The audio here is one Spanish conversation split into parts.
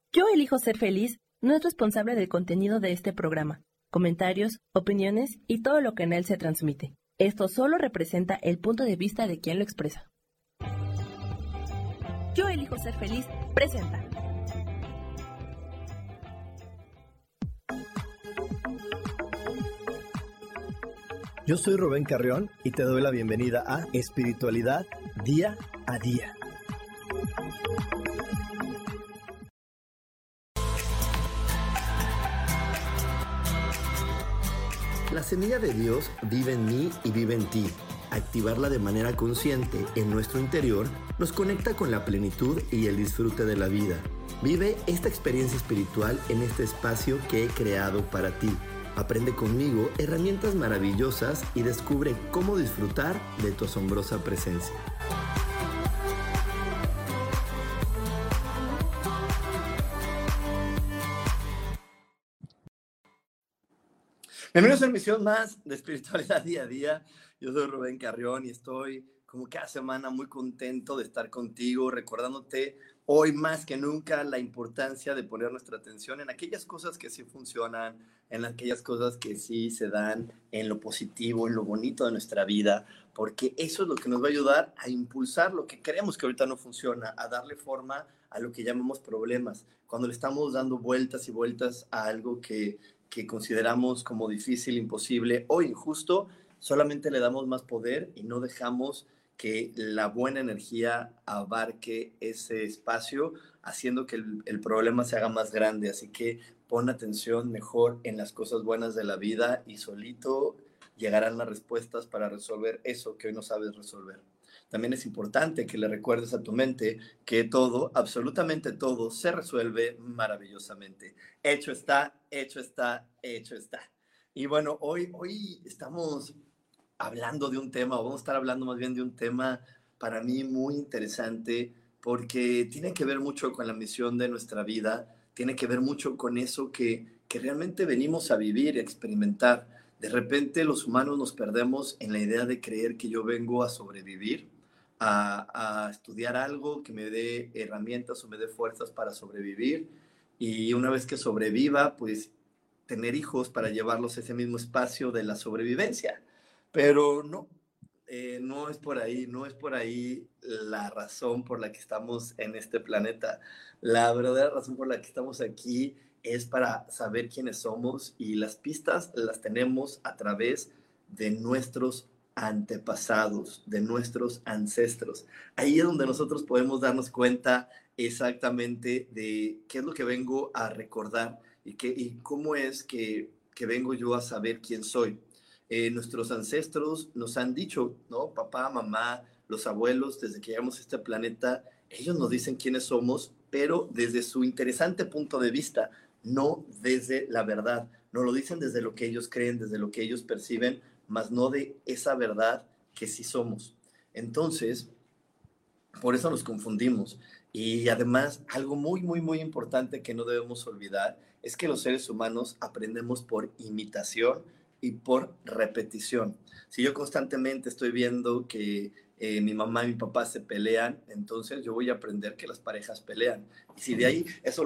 Yo elijo ser feliz no es responsable del contenido de este programa, comentarios, opiniones y todo lo que en él se transmite. Esto solo representa el punto de vista de quien lo expresa. Yo elijo ser feliz presenta. Yo soy Rubén Carrión y te doy la bienvenida a Espiritualidad Día a Día. La semilla de Dios vive en mí y vive en ti. Activarla de manera consciente en nuestro interior nos conecta con la plenitud y el disfrute de la vida. Vive esta experiencia espiritual en este espacio que he creado para ti. Aprende conmigo herramientas maravillosas y descubre cómo disfrutar de tu asombrosa presencia. Bienvenidos a una emisión más de Espiritualidad Día a Día. Yo soy Rubén Carrión y estoy como cada semana muy contento de estar contigo, recordándote hoy más que nunca la importancia de poner nuestra atención en aquellas cosas que sí funcionan, en aquellas cosas que sí se dan, en lo positivo, en lo bonito de nuestra vida, porque eso es lo que nos va a ayudar a impulsar lo que creemos que ahorita no funciona, a darle forma a lo que llamamos problemas. Cuando le estamos dando vueltas y vueltas a algo que consideramos como difícil, imposible o injusto, solamente le damos más poder y no dejamos que la buena energía abarque ese espacio, haciendo que el problema se haga más grande. Así que pon atención mejor en las cosas buenas de la vida y solito llegarán las respuestas para resolver eso que hoy no sabes resolver. También es importante que le recuerdes a tu mente que todo, absolutamente todo, se resuelve maravillosamente. Hecho está, hecho está, hecho está. Y bueno, hoy estamos hablando de un tema, o vamos a estar hablando más bien de un tema para mí muy interesante, porque tiene que ver mucho con la misión de nuestra vida, tiene que ver mucho con eso que realmente venimos a vivir y a experimentar. De repente los humanos nos perdemos en la idea de creer que yo vengo a sobrevivir, a estudiar algo que me dé herramientas o me dé fuerzas para sobrevivir, y una vez que sobreviva, pues tener hijos para llevarlos a ese mismo espacio de la sobrevivencia. Pero no, no es por ahí, no es por ahí la razón por la que estamos en este planeta. La verdadera razón por la que estamos aquí es para saber quiénes somos, y las pistas las tenemos a través de nuestros antepasados, de nuestros ancestros. Ahí es donde nosotros podemos darnos cuenta exactamente de qué es lo que vengo a recordar y cómo es que vengo yo a saber quién soy. Nuestros ancestros nos han dicho, ¿no? Papá, mamá, los abuelos, desde que llegamos a este planeta, ellos nos dicen quiénes somos, pero desde su interesante punto de vista, no desde la verdad. Nos lo dicen desde lo que ellos creen, desde lo que ellos perciben, más no de esa verdad que sí somos. Entonces, por eso nos confundimos. Y además, algo muy, muy, muy importante que no debemos olvidar es que los seres humanos aprendemos por imitación y por repetición. Si yo constantemente estoy viendo que mi mamá y mi papá se pelean, entonces yo voy a aprender que las parejas pelean. Y si de ahí eso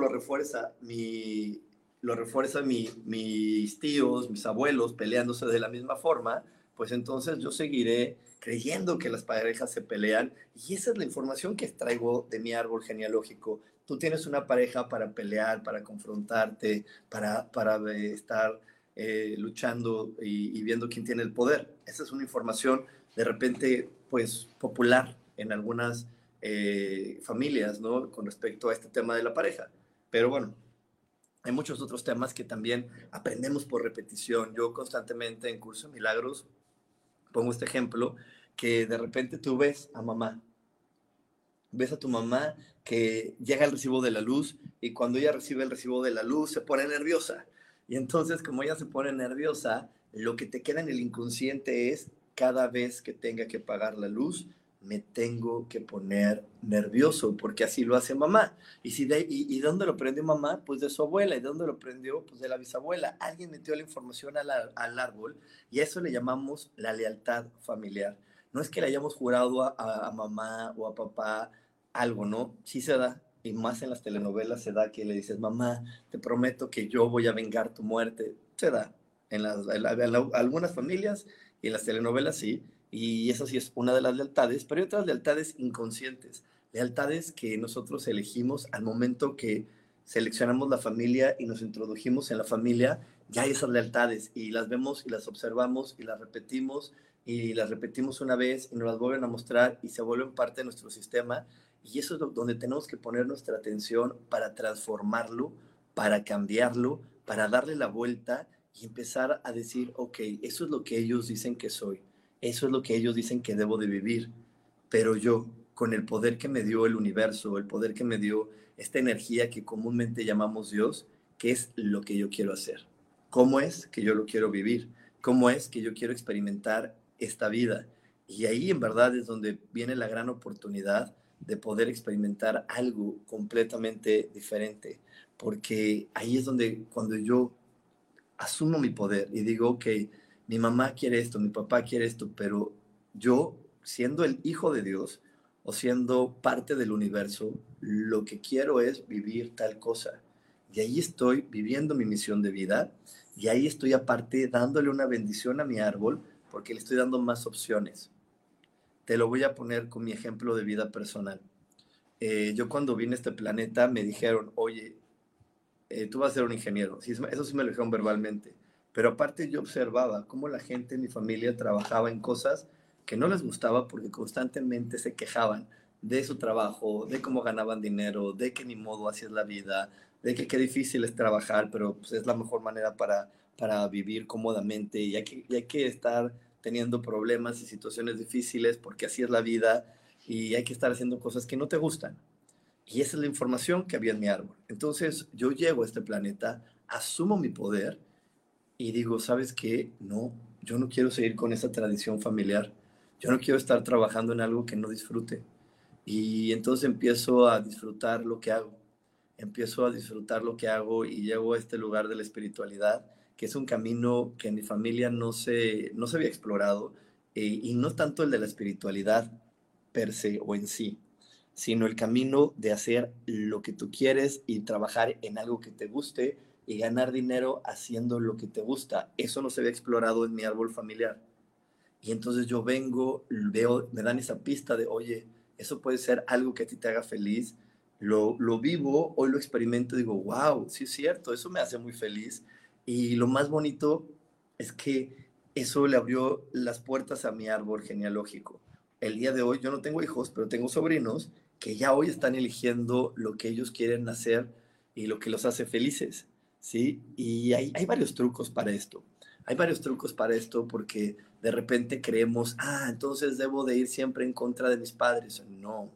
mis tíos, mis abuelos peleándose de la misma forma, pues entonces yo seguiré creyendo que las parejas se pelean, y esa es la información que traigo de mi árbol genealógico. Tú tienes una pareja para pelear, para confrontarte, para estar luchando y viendo quién tiene el poder. Esa es una información de repente pues popular en algunas familias, ¿no? Con respecto a este tema de la pareja. Pero bueno, hay muchos otros temas que también aprendemos por repetición. Yo constantemente en Curso de Milagros pongo este ejemplo, que de repente tú ves a tu mamá que llega el recibo de la luz, y cuando ella recibe el recibo de la luz se pone nerviosa. Y entonces, como ella se pone nerviosa, lo que te queda en el inconsciente es: cada vez que tenga que pagar la luz, me tengo que poner nervioso, porque así lo hace mamá. ¿Y dónde lo aprendió mamá? Pues de su abuela. ¿Y de dónde lo aprendió? Pues de la bisabuela. Alguien metió la información al árbol, y a eso le llamamos la lealtad familiar. No es que le hayamos jurado a mamá o a papá algo, ¿no? Sí se da, y más en las telenovelas se da que le dices, mamá, te prometo que yo voy a vengar tu muerte. Se da algunas familias y en las telenovelas sí, y eso sí es una de las lealtades, pero hay otras lealtades inconscientes, lealtades que nosotros elegimos al momento que seleccionamos la familia y nos introdujimos en la familia, ya hay esas lealtades y las vemos y las observamos y las repetimos una vez y nos las vuelven a mostrar y se vuelven parte de nuestro sistema y eso es donde tenemos que poner nuestra atención para transformarlo, para cambiarlo, para darle la vuelta y empezar a decir, ok, eso es lo que ellos dicen que soy, eso es lo que ellos dicen que debo de vivir, pero yo, con el poder que me dio el universo, el poder que me dio esta energía que comúnmente llamamos Dios, ¿qué es lo que yo quiero hacer? ¿Cómo es que yo lo quiero vivir? ¿Cómo es que yo quiero experimentar esta vida? Y ahí en verdad es donde viene la gran oportunidad de poder experimentar algo completamente diferente, porque ahí es donde cuando yo asumo mi poder y digo, ok, mi mamá quiere esto, mi papá quiere esto, pero yo, siendo el hijo de Dios o siendo parte del universo, lo que quiero es vivir tal cosa. Y ahí estoy viviendo mi misión de vida y ahí estoy aparte dándole una bendición a mi árbol porque le estoy dando más opciones. Te lo voy a poner con mi ejemplo de vida personal. Yo cuando vine a este planeta me dijeron, oye, tú vas a ser un ingeniero. Sí, eso sí me lo dijeron verbalmente. Pero aparte yo observaba cómo la gente en mi familia trabajaba en cosas que no les gustaba porque constantemente se quejaban de su trabajo, de cómo ganaban dinero, de que ni modo así es la vida, de que qué difícil es trabajar, pero pues, es la mejor manera para vivir cómodamente y hay que estar teniendo problemas y situaciones difíciles porque así es la vida y hay que estar haciendo cosas que no te gustan. Y esa es la información que había en mi árbol. Entonces yo llego a este planeta, asumo mi poder y digo, ¿sabes qué? No, yo no quiero seguir con esa tradición familiar. Yo no quiero estar trabajando en algo que no disfrute. Y entonces empiezo a disfrutar lo que hago. Empiezo a disfrutar lo que hago y llego a este lugar de la espiritualidad, que es un camino que en mi familia no se había explorado, y no tanto el de la espiritualidad per se o en sí, sino el camino de hacer lo que tú quieres y trabajar en algo que te guste y ganar dinero haciendo lo que te gusta. Eso no se había explorado en mi árbol familiar. Y entonces yo vengo, veo, me dan esa pista de, oye, eso puede ser algo que a ti te haga feliz. Lo vivo, hoy lo experimento y digo, wow, sí es cierto, eso me hace muy feliz. Y lo más bonito es que eso le abrió las puertas a mi árbol genealógico. El día de hoy yo no tengo hijos, pero tengo sobrinos que ya hoy están eligiendo lo que ellos quieren hacer y lo que los hace felices, ¿sí? Y hay varios trucos para esto. Hay varios trucos para esto porque de repente creemos, entonces debo de ir siempre en contra de mis padres. No,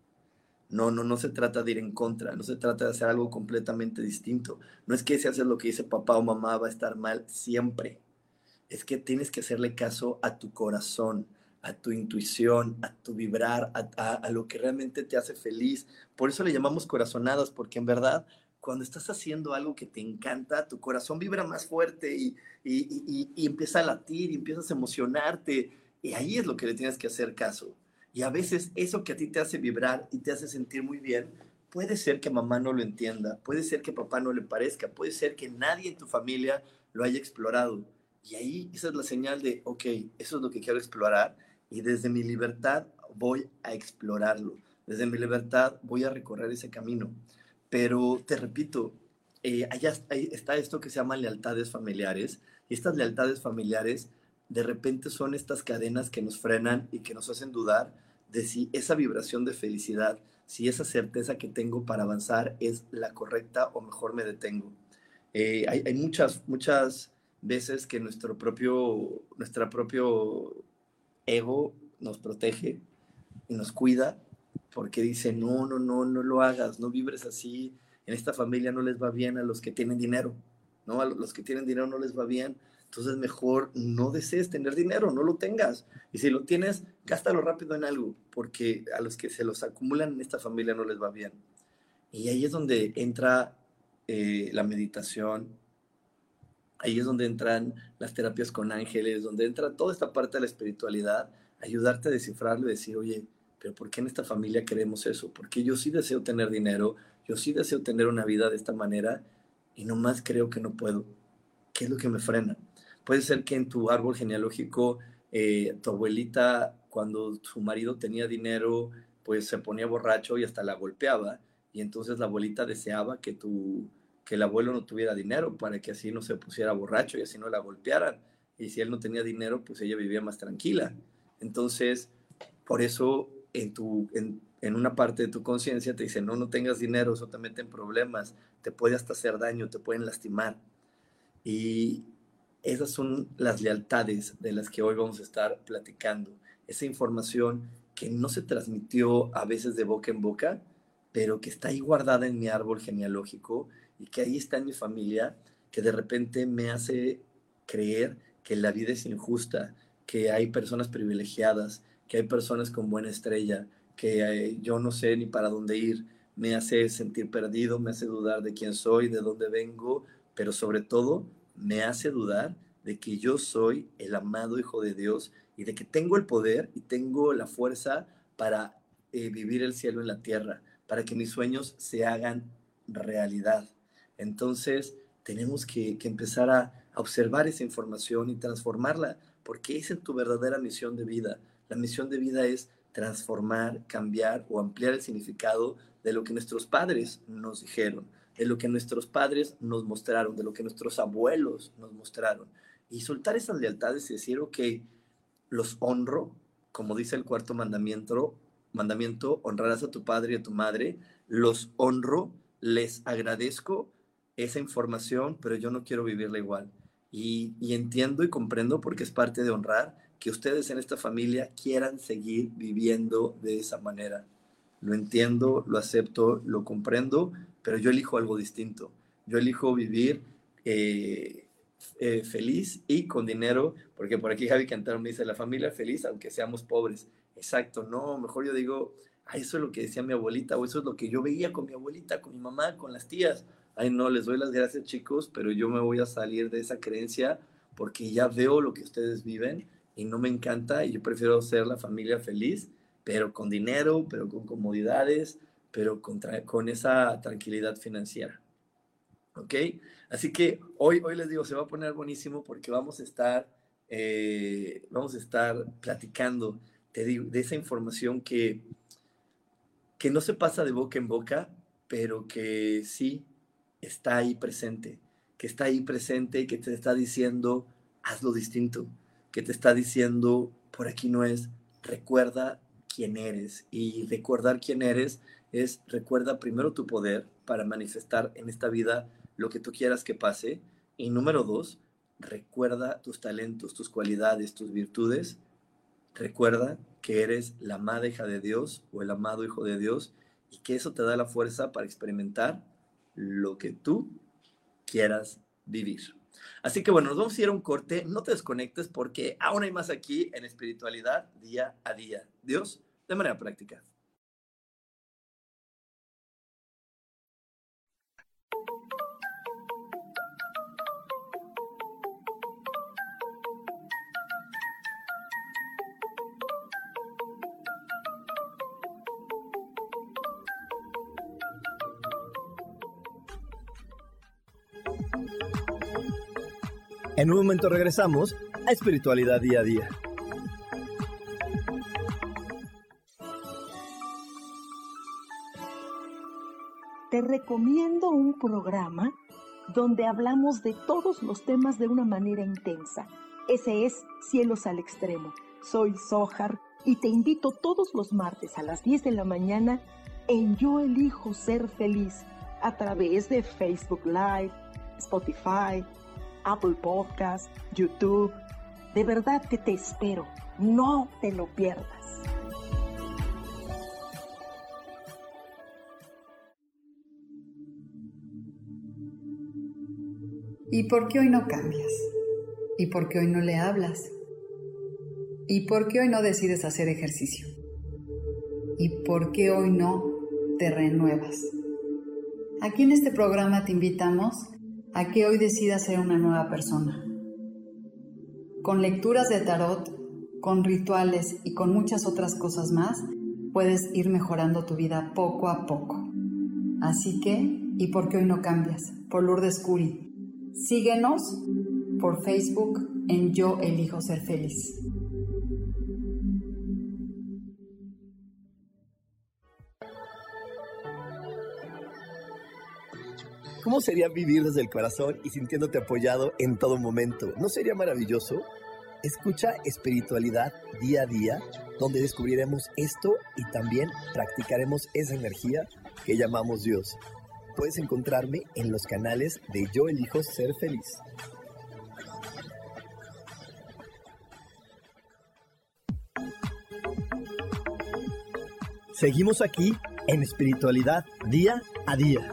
no se trata de ir en contra, no se trata de hacer algo completamente distinto. No es que si haces lo que dice papá o mamá va a estar mal siempre. Es que tienes que hacerle caso a tu corazón, a tu intuición, a tu vibrar, a lo que realmente te hace feliz. Por eso le llamamos corazonadas, porque en verdad, cuando estás haciendo algo que te encanta, tu corazón vibra más fuerte y empieza a latir y empiezas a emocionarte. Y ahí es lo que le tienes que hacer caso. Y a veces eso que a ti te hace vibrar y te hace sentir muy bien, puede ser que mamá no lo entienda, puede ser que papá no le parezca, puede ser que nadie en tu familia lo haya explorado. Y ahí esa es la señal de, ok, eso es lo que quiero explorar y desde mi libertad voy a explorarlo. Desde mi libertad voy a recorrer ese camino. Pero te repito, ahí está esto que se llama lealtades familiares. Y estas lealtades familiares de repente son estas cadenas que nos frenan y que nos hacen dudar de si esa vibración de felicidad, si esa certeza que tengo para avanzar es la correcta o mejor me detengo. Hay muchas veces que nuestra propio ego nos protege y nos cuida porque dice, no lo hagas, no vibres así, en esta familia no les va bien a los que tienen dinero, ¿no? A los que tienen dinero no les va bien, entonces mejor no desees tener dinero, no lo tengas, y si lo tienes, gástalo rápido en algo, porque a los que se los acumulan en esta familia no les va bien. Y ahí es donde entra la meditación, ahí es donde entran las terapias con ángeles, donde entra toda esta parte de la espiritualidad, ayudarte a descifrarlo y decir, oye, pero ¿por qué en esta familia queremos eso? Porque yo sí deseo tener dinero, yo sí deseo tener una vida de esta manera y nomás creo que no puedo. ¿Qué es lo que me frena? Puede ser que en tu árbol genealógico tu abuelita, cuando su marido tenía dinero, pues se ponía borracho y hasta la golpeaba, y entonces la abuelita deseaba que el abuelo no tuviera dinero para que así no se pusiera borracho y así no la golpearan. Y si él no tenía dinero, pues ella vivía más tranquila. Entonces, por eso en una parte de tu conciencia te dice, no, no tengas dinero, eso te mete en problemas, te puede hasta hacer daño, te pueden lastimar. Y esas son las lealtades de las que hoy vamos a estar platicando. Esa información que no se transmitió a veces de boca en boca, pero que está ahí guardada en mi árbol genealógico y que ahí está en mi familia, que de repente me hace creer que la vida es injusta, que hay personas privilegiadas, que hay personas con buena estrella, que yo no sé ni para dónde ir, me hace sentir perdido, me hace dudar de quién soy, de dónde vengo, pero sobre todo me hace dudar de que yo soy el amado Hijo de Dios y de que tengo el poder y tengo la fuerza para vivir el cielo en la tierra, para que mis sueños se hagan realidad. Entonces, tenemos que empezar a observar esa información y transformarla, porque esa es tu verdadera misión de vida. La misión de vida es transformar, cambiar o ampliar el significado de lo que nuestros padres nos dijeron, de lo que nuestros padres nos mostraron, de lo que nuestros abuelos nos mostraron. Y soltar esas lealtades y decir, ok, los honro, como dice el cuarto mandamiento, honrarás a tu padre y a tu madre, los honro, les agradezco esa información, pero yo no quiero vivirla igual. Y entiendo y comprendo, porque es parte de honrar, que ustedes en esta familia quieran seguir viviendo de esa manera. Lo entiendo, lo acepto, lo comprendo, pero yo elijo algo distinto. Yo elijo vivir feliz y con dinero, porque por aquí Javi Cantaro me dice, la familia feliz aunque seamos pobres. Exacto, no, mejor yo digo, ay, eso es lo que decía mi abuelita, o eso es lo que yo veía con mi abuelita, con mi mamá, con las tías. Ay, no, les doy las gracias, chicos, pero yo me voy a salir de esa creencia porque ya veo lo que ustedes viven y no me encanta, y yo prefiero ser la familia feliz, pero con dinero, pero con comodidades, pero con esa tranquilidad financiera. ¿Ok? Así que hoy les digo, se va a poner buenísimo porque vamos a estar platicando, te digo, de esa información que no se pasa de boca en boca, pero que sí está ahí presente, que está ahí presente y que te está diciendo, hazlo distinto, que te está diciendo, por aquí no es, recuerda quién eres. Y recordar quién eres es, recuerda primero tu poder para manifestar en esta vida lo que tú quieras que pase. Y número 2, recuerda tus talentos, tus cualidades, tus virtudes. Recuerda que eres la amada hija de Dios o el amado hijo de Dios, y que eso te da la fuerza para experimentar lo que tú quieras vivir. Así que bueno, nos vamos a ir a un corte. No te desconectes porque aún hay más aquí en Espiritualidad Día a Día. Dios, de manera práctica. En un momento regresamos a Espiritualidad Día a Día. Te recomiendo un programa donde hablamos de todos los temas de una manera intensa. Ese es Cielos al Extremo. Soy Sohar y te invito todos los martes a las 10 de la mañana en Yo Elijo Ser Feliz a través de Facebook Live, Spotify, Apple Podcast, YouTube. De verdad que te espero. No te lo pierdas. ¿Y por qué hoy no cambias? ¿Y por qué hoy no le hablas? ¿Y por qué hoy no decides hacer ejercicio? ¿Y por qué hoy no te renuevas? Aquí en este programa te invitamos a que hoy decidas ser una nueva persona. Con lecturas de tarot, con rituales y con muchas otras cosas más, puedes ir mejorando tu vida poco a poco. Así que, ¿y por qué hoy no cambias? Por Lourdes Curi. Síguenos por Facebook en Yo Elijo Ser Feliz. ¿Cómo sería vivir desde el corazón y sintiéndote apoyado en todo momento? ¿No sería maravilloso? Escucha Espiritualidad Día a Día, donde descubriremos esto y también practicaremos esa energía que llamamos Dios. Puedes encontrarme en los canales de Yo Elijo Ser Feliz. Seguimos aquí en Espiritualidad Día a Día.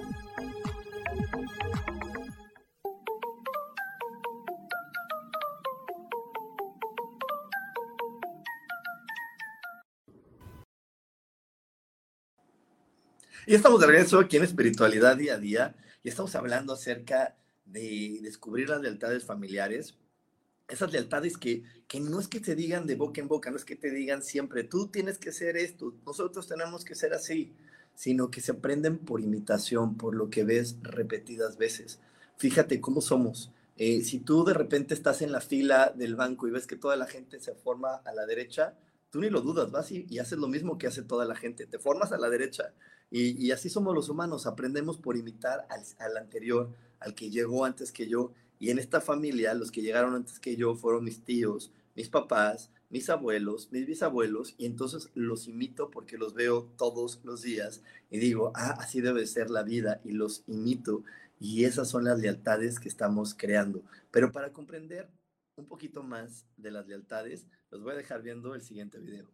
Y estamos de regreso aquí en Espiritualidad Día a Día y estamos hablando acerca de descubrir las lealtades familiares. Esas lealtades que no es que te digan de boca en boca, no es que te digan siempre, tú tienes que ser esto, nosotros tenemos que ser así, sino que se aprenden por imitación, por lo que ves repetidas veces. Fíjate cómo somos. Si tú de repente estás en la fila del banco y ves que toda la gente se forma a la derecha, tú ni lo dudas, vas y haces lo mismo que hace toda la gente, te formas a la derecha. Y así somos los humanos, aprendemos por imitar al anterior, al que llegó antes que yo. Y en esta familia, los que llegaron antes que yo fueron mis tíos, mis papás, mis abuelos, mis bisabuelos, y entonces los imito porque los veo todos los días y digo, así debe ser la vida, y los imito, y esas son las lealtades que estamos creando. Pero para comprender un poquito más de las lealtades, los voy a dejar viendo el siguiente video.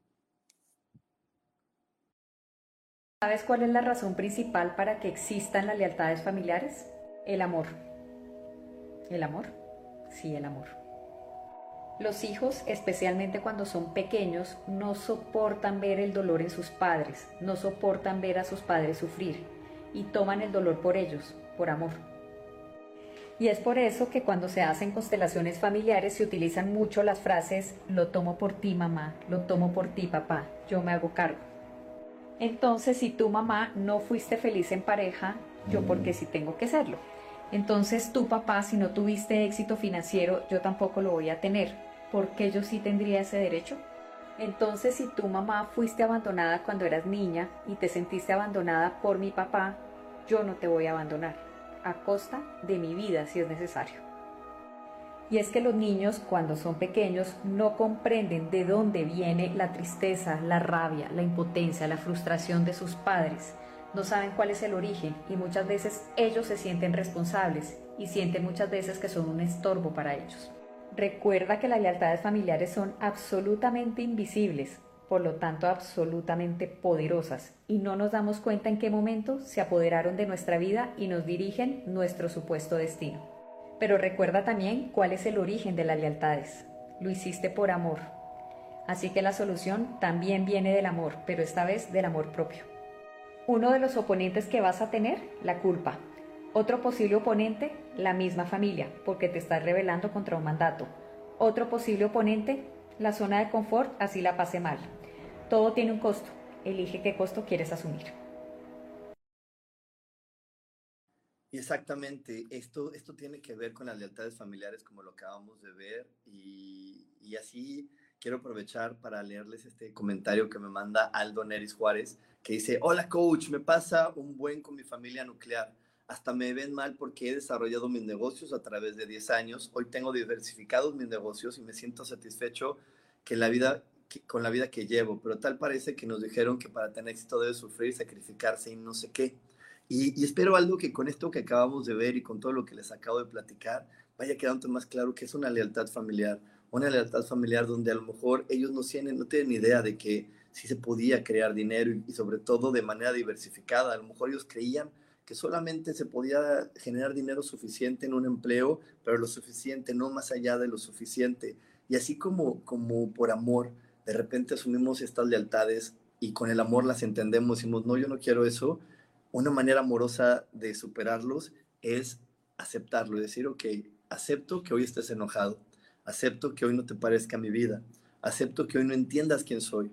¿Sabes cuál es la razón principal para que existan las lealtades familiares? El amor. ¿El amor? Sí, el amor. Los hijos, especialmente cuando son pequeños, no soportan ver el dolor en sus padres, no soportan ver a sus padres sufrir y toman el dolor por ellos, por amor. Y es por eso que cuando se hacen constelaciones familiares se utilizan mucho las frases lo tomo por ti mamá, lo tomo por ti papá, yo me hago cargo. Entonces, si tu mamá no fuiste feliz en pareja, yo porque sí tengo que serlo. Entonces, tu papá, si no tuviste éxito financiero, yo tampoco lo voy a tener. ¿Por qué yo sí tendría ese derecho? Entonces, si tu mamá fuiste abandonada cuando eras niña y te sentiste abandonada por mi papá, yo no te voy a abandonar, a costa de mi vida si es necesario. Y es que los niños, cuando son pequeños, no comprenden de dónde viene la tristeza, la rabia, la impotencia, la frustración de sus padres. No saben cuál es el origen y muchas veces ellos se sienten responsables y sienten muchas veces que son un estorbo para ellos. Recuerda que las lealtades familiares son absolutamente invisibles, por lo tanto absolutamente poderosas, y no nos damos cuenta en qué momento se apoderaron de nuestra vida y nos dirigen nuestro supuesto destino. Pero recuerda también cuál es el origen de las lealtades. Lo hiciste por amor. Así que la solución también viene del amor, pero esta vez del amor propio. Uno de los oponentes que vas a tener, la culpa. Otro posible oponente, la misma familia, porque te estás rebelando contra un mandato. Otro posible oponente, la zona de confort, así la pase mal. Todo tiene un costo. Elige qué costo quieres asumir. Y exactamente, esto tiene que ver con las lealtades familiares como lo acabamos de ver, y así quiero aprovechar para leerles este comentario que me manda Aldo Neris Juárez, que dice, hola coach, me pasa un buen con mi familia nuclear, hasta me ven mal porque he desarrollado mis negocios a través de 10 años, hoy tengo diversificados mis negocios y me siento satisfecho con la vida que llevo, pero tal parece que nos dijeron que para tener éxito debe sufrir, sacrificarse y no sé qué. Y espero, Aldo, que con esto que acabamos de ver y con todo lo que les acabo de platicar, vaya quedando más claro que es una lealtad familiar donde a lo mejor ellos no tienen ni idea de que sí se podía crear dinero y sobre todo de manera diversificada. A lo mejor ellos creían que solamente se podía generar dinero suficiente en un empleo, pero lo suficiente, no más allá de lo suficiente. Y así como por amor, de repente asumimos estas lealtades y con el amor las entendemos, decimos, no, yo no quiero eso. Una manera amorosa de superarlos es aceptarlo, decir, ok, acepto que hoy estés enojado, acepto que hoy no te parezca mi vida, acepto que hoy no entiendas quién soy,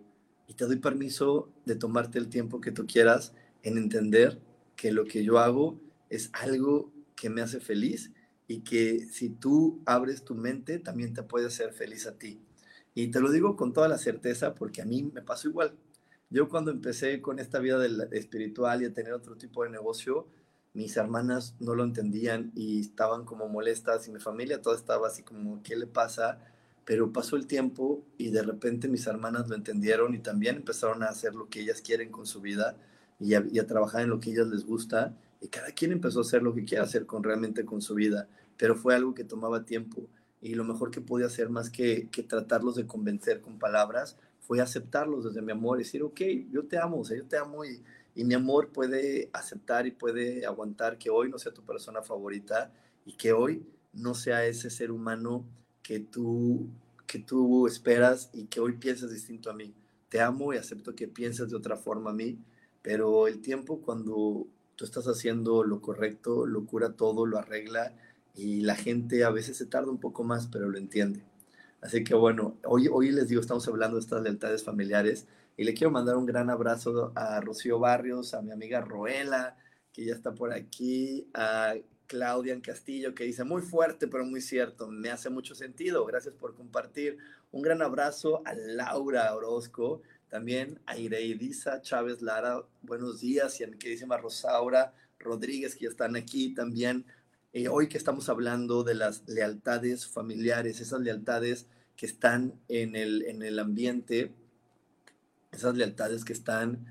y te doy permiso de tomarte el tiempo que tú quieras en entender que lo que yo hago es algo que me hace feliz y que si tú abres tu mente también te puede hacer feliz a ti. Y te lo digo con toda la certeza porque a mí me pasó igual. Yo cuando empecé con esta vida espiritual y a tener otro tipo de negocio, mis hermanas no lo entendían y estaban como molestas y mi familia toda estaba así como, ¿qué le pasa? Pero pasó el tiempo y de repente mis hermanas lo entendieron y también empezaron a hacer lo que ellas quieren con su vida y a trabajar en lo que a ellas les gusta y cada quien empezó a hacer lo que quiere hacer realmente con su vida, pero fue algo que tomaba tiempo y lo mejor que pude hacer más que tratarlos de convencer con palabras fue aceptarlos desde mi amor y decir, ok, yo te amo, o sea, yo te amo y mi amor puede aceptar y puede aguantar que hoy no sea tu persona favorita y que hoy no sea ese ser humano que tú esperas y que hoy pienses distinto a mí. Te amo y acepto que pienses de otra forma a mí, pero el tiempo cuando tú estás haciendo lo correcto, lo cura todo, lo arregla y la gente a veces se tarda un poco más, pero lo entiende. Así que bueno, hoy les digo, estamos hablando de estas lealtades familiares y le quiero mandar un gran abrazo a Rocío Barrios, a mi amiga Roela, que ya está por aquí, a Claudia en Castillo, que dice muy fuerte, pero muy cierto, me hace mucho sentido, gracias por compartir. Un gran abrazo a Laura Orozco, también a Ireidisa Chávez Lara, buenos días, y a mi queridísima Rosaura Rodríguez, que ya están aquí también. Hoy que estamos hablando de las lealtades familiares, esas lealtades que están en el ambiente, esas lealtades que están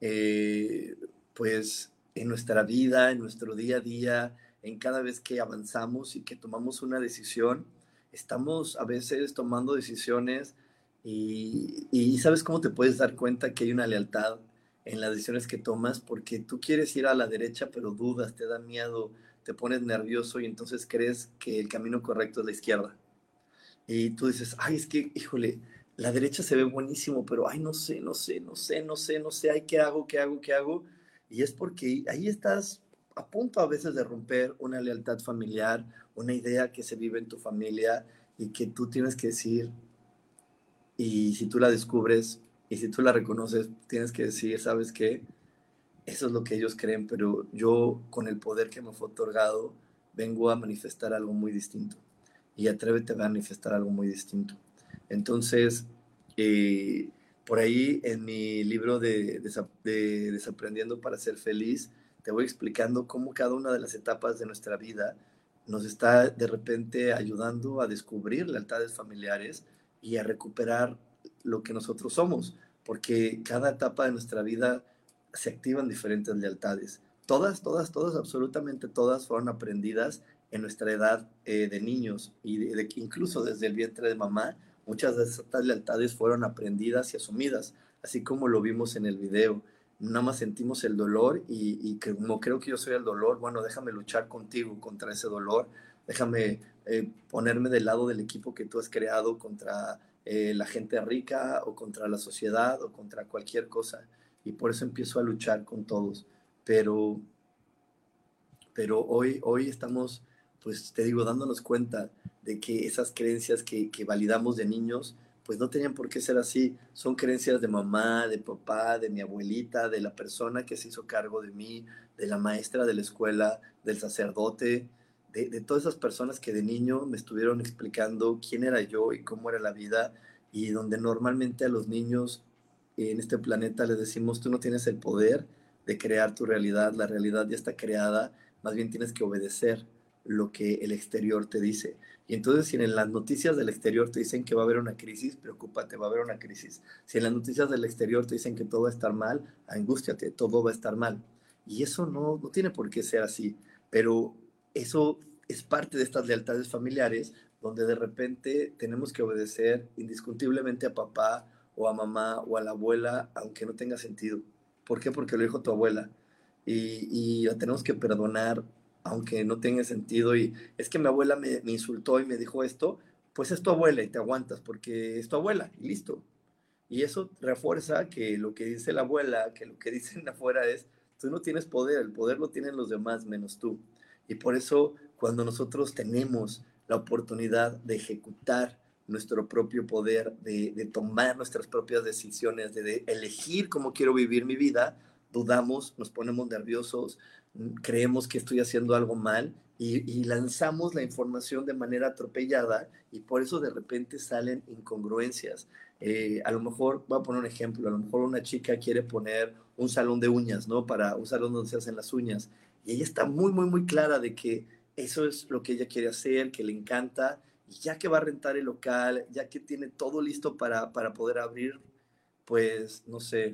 pues en nuestra vida, en nuestro día a día, en cada vez que avanzamos y que tomamos una decisión, estamos a veces tomando decisiones y ¿sabes cómo te puedes dar cuenta que hay una lealtad en las decisiones que tomas? Porque tú quieres ir a la derecha, pero dudas, te da miedo, te pones nervioso y entonces crees que el camino correcto es la izquierda. Y tú dices, ay, es que, híjole, la derecha se ve buenísimo, pero ay, no sé, ay, ¿qué hago, qué hago, qué hago? Y es porque ahí estás a punto a veces de romper una lealtad familiar, una idea que se vive en tu familia y que tú tienes que decir, y si tú la descubres y si tú la reconoces, tienes que decir, ¿sabes qué? Eso es lo que ellos creen, pero yo con el poder que me fue otorgado vengo a manifestar algo muy distinto y atrévete a manifestar algo muy distinto. Entonces, eh, por ahí en mi libro de Desaprendiendo para ser feliz, te voy explicando cómo cada una de las etapas de nuestra vida nos está de repente ayudando a descubrir lealtades familiares y a recuperar lo que nosotros somos, porque cada etapa de nuestra vida se activan diferentes lealtades. Todas, absolutamente todas fueron aprendidas en nuestra edad de niños y incluso desde el vientre de mamá, muchas de estas lealtades fueron aprendidas y asumidas, así como lo vimos en el video. Nada más sentimos el dolor y como creo que yo soy el dolor, bueno, déjame luchar contigo contra ese dolor, déjame ponerme del lado del equipo que tú has creado contra la gente rica o contra la sociedad o contra cualquier cosa. Y por eso empiezo a luchar con todos. Pero hoy estamos, pues te digo, dándonos cuenta de que esas creencias que validamos de niños, pues no tenían por qué ser así. Son creencias de mamá, de papá, de mi abuelita, de la persona que se hizo cargo de mí, de la maestra de la escuela, del sacerdote, de todas esas personas que de niño me estuvieron explicando quién era yo y cómo era la vida, y donde normalmente a los niños en este planeta les decimos, tú no tienes el poder de crear tu realidad, la realidad ya está creada, más bien tienes que obedecer lo que el exterior te dice. Y entonces si en las noticias del exterior te dicen que va a haber una crisis, preocúpate, va a haber una crisis. Si en las noticias del exterior te dicen que todo va a estar mal, angústiate, todo va a estar mal. Y eso no tiene por qué ser así, pero eso es parte de estas lealtades familiares donde de repente tenemos que obedecer indiscutiblemente a papá o a mamá o a la abuela, aunque no tenga sentido. ¿Por qué? Porque lo dijo tu abuela. Y la tenemos que perdonar, aunque no tenga sentido. Y es que mi abuela me insultó y me dijo esto, pues es tu abuela y te aguantas porque es tu abuela y listo. Y eso refuerza que lo que dice la abuela, que lo que dicen afuera es, tú no tienes poder, el poder lo tienen los demás menos tú. Y por eso cuando nosotros tenemos la oportunidad de ejecutar nuestro propio poder de tomar nuestras propias decisiones, de elegir cómo quiero vivir mi vida, dudamos, nos ponemos nerviosos, creemos que estoy haciendo algo mal y lanzamos la información de manera atropellada y por eso de repente salen incongruencias. A lo mejor, voy a poner un ejemplo, a lo mejor una chica quiere poner un salón de uñas, ¿no? Para un salón donde se hacen las uñas. Y ella está muy, muy, muy clara de que eso es lo que ella quiere hacer, que le encanta, y ya que va a rentar el local, ya que tiene todo listo para poder abrir, pues, no sé,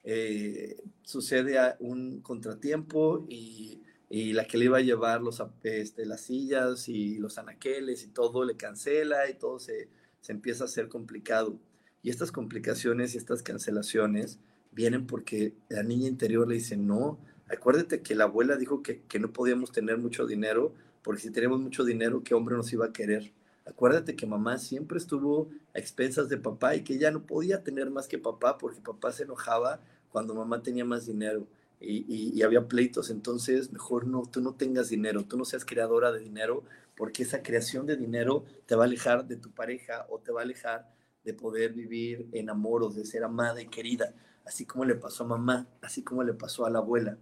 sucede un contratiempo y la que le iba a llevar las sillas y los anaqueles y todo le cancela y todo se empieza a hacer complicado. Y estas complicaciones y estas cancelaciones vienen porque la niña interior le dice, no, acuérdate que la abuela dijo que no podíamos tener mucho dinero, porque si tenemos mucho dinero, ¿qué hombre nos iba a querer? Acuérdate que mamá siempre estuvo a expensas de papá y que ella no podía tener más que papá porque papá se enojaba cuando mamá tenía más dinero y había pleitos. Entonces, mejor no, tú no tengas dinero, tú no seas creadora de dinero porque esa creación de dinero te va a alejar de tu pareja o te va a alejar de poder vivir en amor o de ser amada y querida, así como le pasó a mamá, así como le pasó a la abuela.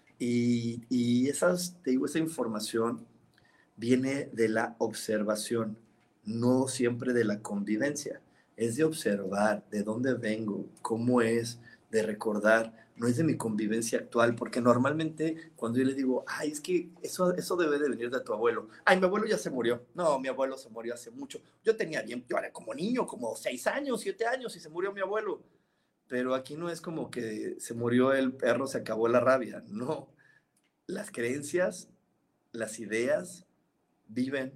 Y te digo, esa información viene de la observación, no siempre de la convivencia. Es de observar de dónde vengo, cómo es, de recordar, no es de mi convivencia actual, porque normalmente cuando yo le digo, ay, es que eso debe de venir de tu abuelo. Ay, mi abuelo ya se murió. No, mi abuelo se murió hace mucho. Yo era como niño, como 6 años, 7 años, y se murió mi abuelo. Pero aquí no es como que se murió el perro, se acabó la rabia. No, las creencias, las ideas viven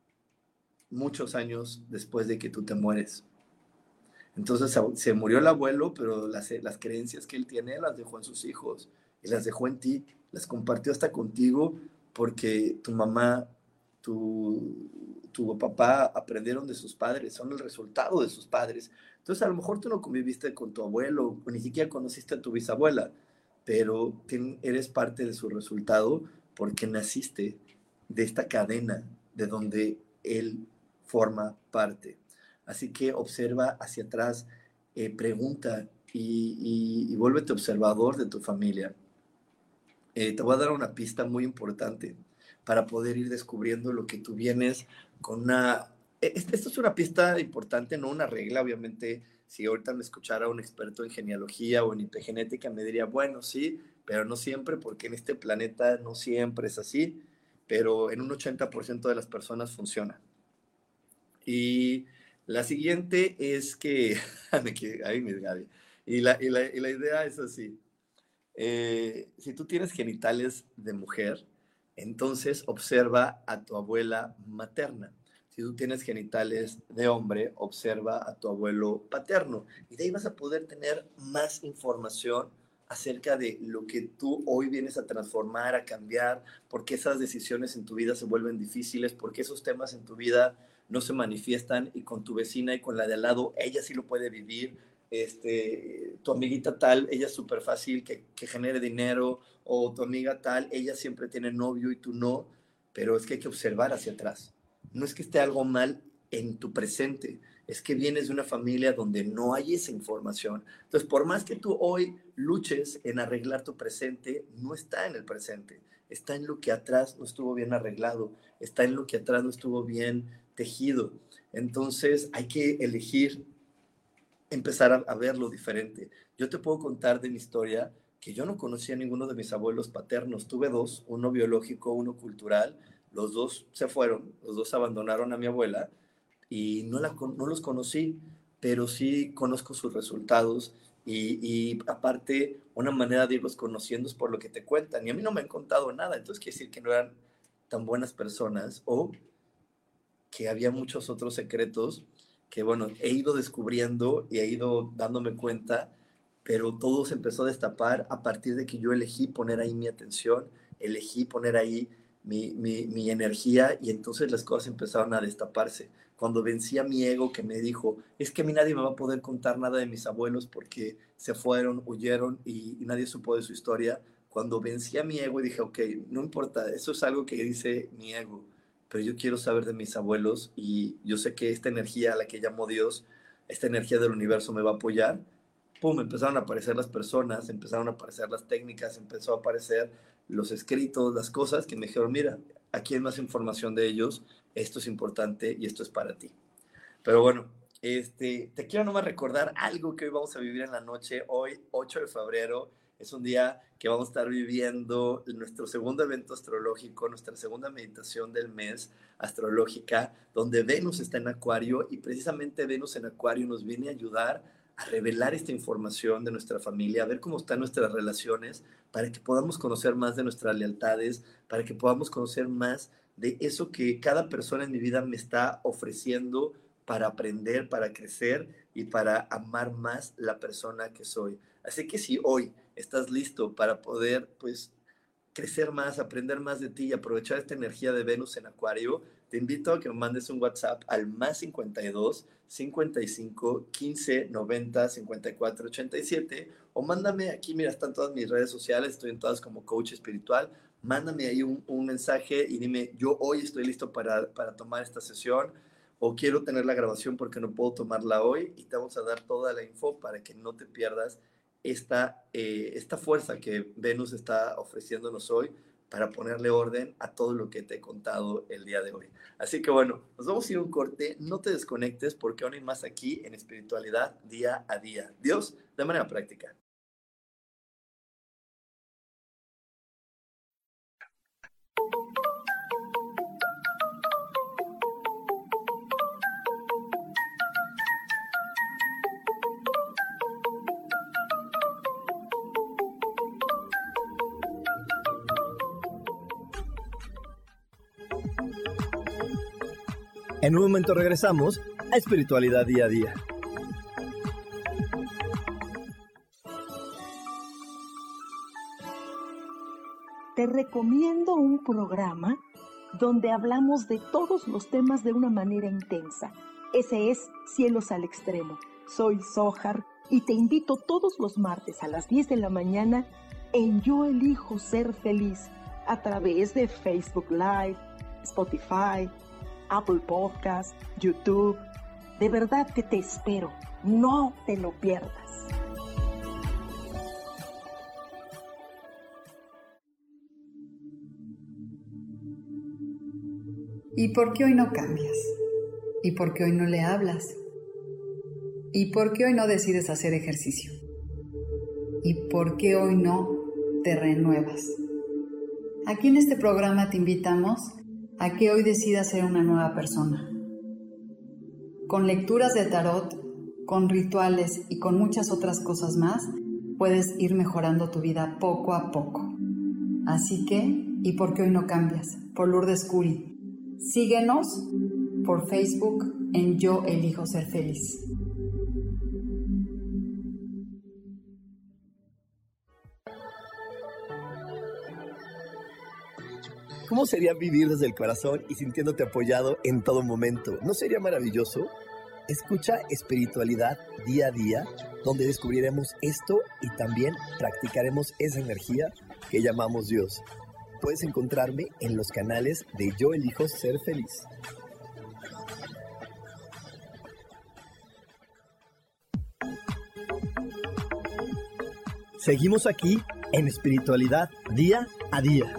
muchos años después de que tú te mueres. Entonces se murió el abuelo, pero las creencias que él tiene las dejó en sus hijos y las dejó en ti, las compartió hasta contigo porque tu mamá, tu papá aprendieron de sus padres, son el resultado de sus padres. Entonces a lo mejor tú no conviviste con tu abuelo o ni siquiera conociste a tu bisabuela, pero eres parte de su resultado porque naciste de esta cadena de donde él forma parte. Así que observa hacia atrás, pregunta y vuélvete observador de tu familia. Te voy a dar una pista muy importante para poder ir descubriendo lo que tú vienes con una... Esto es una pista importante, no una regla. Obviamente, si ahorita me escuchara un experto en genealogía o en epigenética, me diría, bueno, sí, pero no siempre, porque en este planeta no siempre es así, pero en un 80% de las personas funciona. Y la siguiente es que, ay, mis Gaby, y la idea es así, si tú tienes genitales de mujer, entonces observa a tu abuela materna. Si tú tienes genitales de hombre, observa a tu abuelo paterno. Y de ahí vas a poder tener más información acerca de lo que tú hoy vienes a transformar, a cambiar, por qué esas decisiones en tu vida se vuelven difíciles, por qué esos temas en tu vida no se manifiestan y con tu vecina y con la de al lado, ella sí lo puede vivir. Tu amiguita tal, ella es súper fácil que genere dinero, o tu amiga tal, ella siempre tiene novio y tú no, pero es que hay que observar hacia atrás. No es que esté algo mal en tu presente, es que vienes de una familia donde no hay esa información. Entonces, por más que tú hoy luches en arreglar tu presente, no está en el presente, está en lo que atrás no estuvo bien arreglado, está en lo que atrás no estuvo bien tejido. Entonces, hay que elegir empezar a verlo diferente. Yo te puedo contar de mi historia que yo no conocía a ninguno de mis abuelos paternos. Tuve dos, uno biológico, uno cultural. Los dos se fueron, los dos abandonaron a mi abuela y no los conocí, pero sí conozco sus resultados y aparte una manera de irlos conociendo es por lo que te cuentan. Y a mí no me han contado nada, entonces quiere decir que no eran tan buenas personas o que había muchos otros secretos que, bueno, he ido descubriendo y he ido dándome cuenta, pero todo se empezó a destapar a partir de que yo elegí poner ahí mi atención, elegí poner ahí mi energía y entonces las cosas empezaron a destaparse. Cuando vencí a mi ego que me dijo, es que a mí nadie me va a poder contar nada de mis abuelos porque se fueron, huyeron y nadie supo de su historia. Cuando vencí a mi ego y dije, ok, no importa, eso es algo que dice mi ego, pero yo quiero saber de mis abuelos y yo sé que esta energía a la que llamo Dios, esta energía del universo me va a apoyar. Pum, empezaron a aparecer las personas, empezaron a aparecer las técnicas, empezó a aparecer los escritos, las cosas que me dijeron, mira, aquí hay más información de ellos, esto es importante y esto es para ti. Pero bueno, te quiero nomás recordar algo que hoy vamos a vivir en la noche. Hoy, 8 de febrero, es un día que vamos a estar viviendo nuestro segundo evento astrológico, nuestra segunda meditación del mes astrológica, donde Venus está en Acuario y precisamente Venus en Acuario nos viene a ayudar a revelar esta información de nuestra familia, a ver cómo están nuestras relaciones, para que podamos conocer más de nuestras lealtades, para que podamos conocer más de eso que cada persona en mi vida me está ofreciendo para aprender, para crecer y para amar más la persona que soy. Así que si hoy estás listo para poder, pues, crecer más, aprender más de ti y aprovechar esta energía de Venus en Acuario, te invito a que me mandes un WhatsApp al más 52 55 15 90 54 87 o mándame aquí, mira, están todas mis redes sociales, estoy en todas como coach espiritual, mándame ahí un mensaje y dime, yo hoy estoy listo para tomar esta sesión o quiero tener la grabación porque no puedo tomarla hoy y te vamos a dar toda la info para que no te pierdas esta fuerza que Venus está ofreciéndonos hoy para ponerle orden a todo lo que te he contado el día de hoy. Así que bueno, nos vamos a ir a un corte, no te desconectes porque aún hay más aquí en espiritualidad día a día. Dios, de manera práctica. En un momento regresamos a Espiritualidad Día a Día. Te recomiendo un programa donde hablamos de todos los temas de una manera intensa. Ese es Cielos al Extremo. Soy Sohar y te invito todos los martes a las 10 de la mañana en Yo Elijo Ser Feliz a través de Facebook Live, Spotify, Apple Podcast, YouTube. De verdad que te espero. No te lo pierdas. ¿Y por qué hoy no cambias? ¿Y por qué hoy no le hablas? ¿Y por qué hoy no decides hacer ejercicio? ¿Y por qué hoy no te renuevas? Aquí en este programa te invitamos a que hoy decidas ser una nueva persona. Con lecturas de tarot, con rituales y con muchas otras cosas más, puedes ir mejorando tu vida poco a poco. Así que, ¿y por qué hoy no cambias? Por Lourdes Curi. Síguenos por Facebook en Yo Elijo Ser Feliz. ¿Cómo sería vivir desde el corazón y sintiéndote apoyado en todo momento? ¿No sería maravilloso? Escucha Espiritualidad Día a Día, donde descubriremos esto y también practicaremos esa energía que llamamos Dios. Puedes encontrarme en los canales de Yo Elijo Ser Feliz. Seguimos aquí en Espiritualidad Día a Día.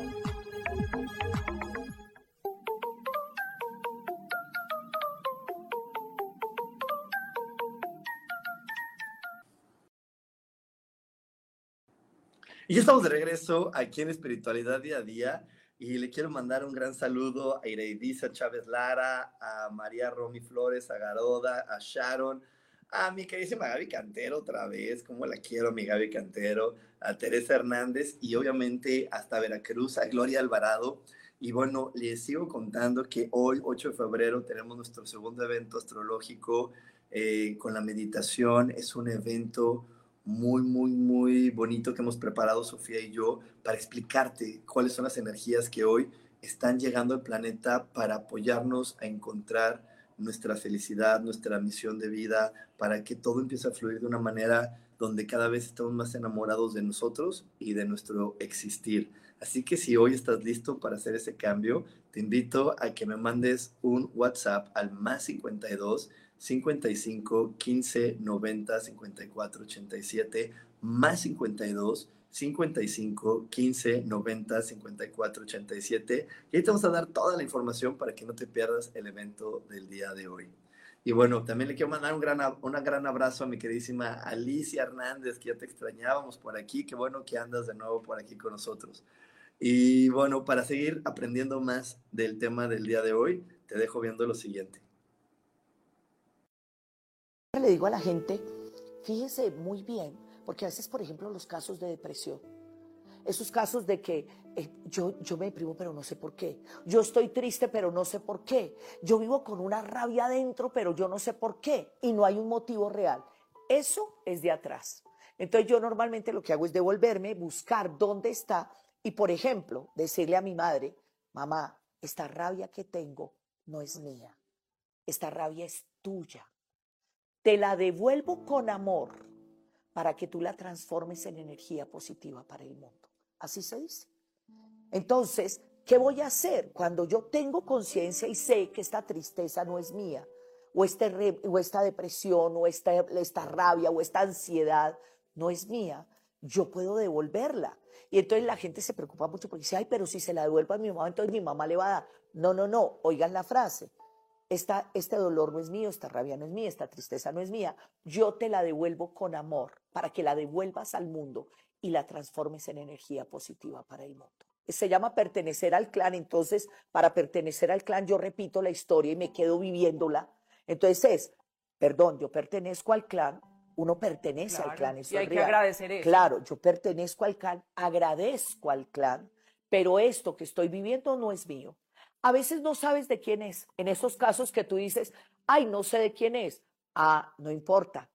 Y ya estamos de regreso aquí en Espiritualidad Día a Día y le quiero mandar un gran saludo a Ireidisa Chávez Lara, a María Romy Flores, a Garoda, a Sharon, a mi queridísima Gaby Cantero otra vez, como la quiero mi Gaby Cantero, a Teresa Hernández y obviamente hasta Veracruz, a Gloria Alvarado. Y bueno, les sigo contando que hoy, 8 de febrero, tenemos nuestro segundo evento astrológico con la meditación. Es un evento muy bonito que hemos preparado Sofía y yo para explicarte cuáles son las energías que hoy están llegando al planeta para apoyarnos a encontrar nuestra felicidad, nuestra misión de vida, para que todo empiece a fluir de una manera donde cada vez estamos más enamorados de nosotros y de nuestro existir. Así que si hoy estás listo para hacer ese cambio, te invito a que me mandes un WhatsApp al más 52 55 15 90 54 87, más 52 55 15 90 54 87, y ahí te vamos a dar toda la información para que no te pierdas el evento del día de hoy. Y bueno, también le quiero mandar un gran abrazo a mi queridísima Alicia Hernández, que ya te extrañábamos por aquí. Qué bueno que andas de nuevo por aquí con nosotros. Y bueno, para seguir aprendiendo más del tema del día de hoy, te dejo viendo lo siguiente. Le digo a la gente, fíjese muy bien, porque a veces, por ejemplo, los casos de depresión, esos casos de que yo me deprimo pero no sé por qué, yo estoy triste pero no sé por qué, yo vivo con una rabia adentro pero yo no sé por qué, y no hay un motivo real. Eso es de atrás. Entonces yo normalmente lo que hago es devolverme, buscar dónde está y, por ejemplo, decirle a mi madre, mamá, esta rabia que tengo no es mía, esta rabia es tuya. Te la devuelvo con amor para que tú la transformes en energía positiva para el mundo. Así se dice. Entonces, ¿qué voy a hacer cuando yo tengo conciencia y sé que esta tristeza no es mía, o esta depresión, o esta rabia, o esta ansiedad no es mía? Yo puedo devolverla. Y entonces la gente se preocupa mucho porque dice, ay, pero si se la devuelvo a mi mamá, entonces mi mamá le va a dar. No, no, no, oigan la frase. Este dolor no es mío, esta rabia no es mía, esta tristeza no es mía. Yo te la devuelvo con amor para que la devuelvas al mundo y la transformes en energía positiva para el mundo. Se llama pertenecer al clan. Entonces, para pertenecer al clan, yo repito la historia y me quedo viviéndola. Entonces yo pertenezco al clan, uno pertenece al clan. Eso y hay es que real. agradecer eso. Claro, yo pertenezco al clan, agradezco al clan, pero esto que estoy viviendo no es mío. A veces no sabes de quién es. En esos casos que tú dices, ay, no sé de quién es. Ah, no importa.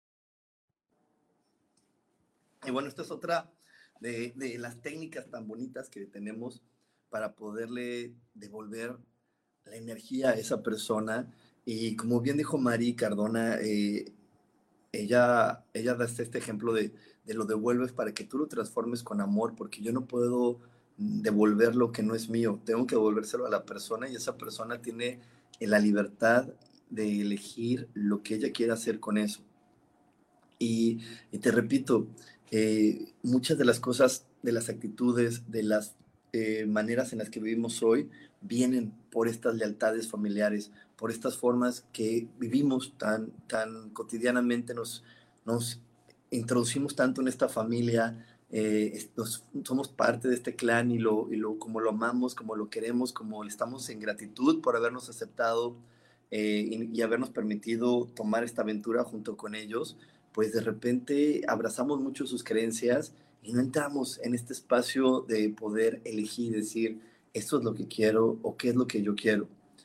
Y bueno, esta es otra de las técnicas tan bonitas que tenemos para poderle devolver la energía a esa persona. Y como bien dijo Mari Cardona, ella da este ejemplo de lo devuelves para que tú lo transformes con amor, porque yo no puedo devolver lo que no es mío, tengo que devolvérselo a la persona, y esa persona tiene la libertad de elegir lo que ella quiera hacer con eso. Y te repito, muchas de las cosas, de las actitudes, de las maneras en las que vivimos hoy, vienen por estas lealtades familiares, por estas formas que vivimos tan cotidianamente, nos introducimos tanto en esta familia, somos parte de este clan, y como lo amamos, como lo queremos, como estamos en gratitud por habernos aceptado, y habernos permitido tomar esta aventura junto con ellos. Pues de repente abrazamos mucho sus creencias y no entramos en este espacio de poder elegir, decir, esto es lo que quiero o qué es lo que yo quiero.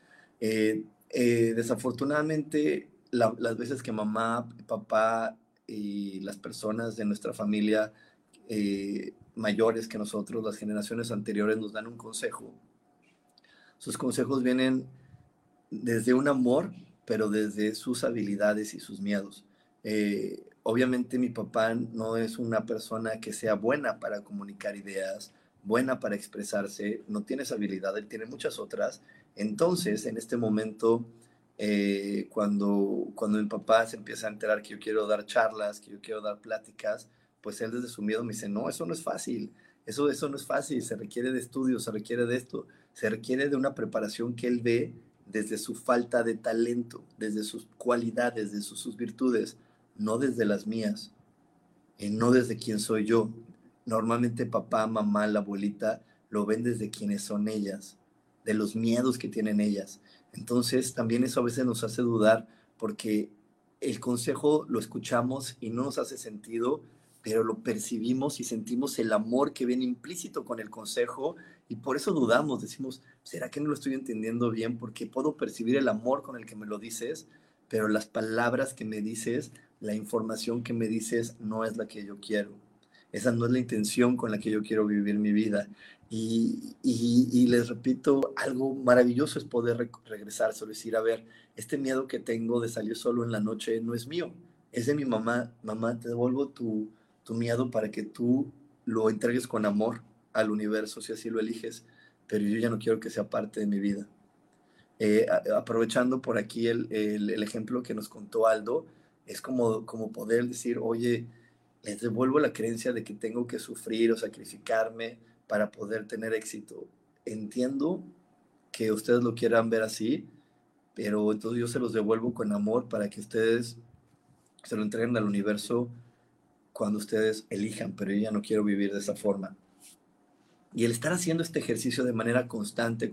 Desafortunadamente, las veces que mamá, papá y las personas de nuestra familia mayores que nosotros, las generaciones anteriores, nos dan un consejo, sus consejos vienen desde un amor, pero desde sus habilidades y sus miedos. Obviamente mi papá no es una persona que sea buena para comunicar ideas, buena para expresarse, no tiene esa habilidad, él tiene muchas otras. Entonces, en este momento, cuando mi papá se empieza a enterar que yo quiero dar charlas, que yo quiero dar pláticas, pues él desde su miedo me dice, no, eso no es fácil, eso no es fácil, se requiere de estudios, se requiere de esto, se requiere de una preparación que él ve desde su falta de talento, desde sus cualidades, desde sus virtudes, no desde las mías, no desde quién soy yo. Normalmente papá, mamá, la abuelita lo ven desde quiénes son ellas, de los miedos que tienen ellas. Entonces también eso a veces nos hace dudar, porque el consejo lo escuchamos y no nos hace sentido, pero lo percibimos y sentimos el amor que viene implícito con el consejo, y por eso dudamos, decimos, ¿será que no lo estoy entendiendo bien? Porque puedo percibir el amor con el que me lo dices, pero las palabras que me dices, la información que me dices, no es la que yo quiero. Esa no es la intención con la que yo quiero vivir mi vida. Y les repito, algo maravilloso es poder regresar, solo decir, a ver, este miedo que tengo de salir solo en la noche no es mío, es de mi mamá. Mamá, te devuelvo tu miedo para que tú lo entregues con amor, al universo si así lo eliges, pero yo ya no quiero que sea parte de mi vida. Aprovechando por aquí el ejemplo que nos contó Aldo, es como poder decir, oye, les devuelvo la creencia de que tengo que sufrir o sacrificarme para poder tener éxito. Entiendo que ustedes lo quieran ver así, pero entonces yo se los devuelvo con amor para que ustedes se lo entreguen al universo cuando ustedes elijan, pero yo ya no quiero vivir de esa forma. Y el estar haciendo este ejercicio de manera constante,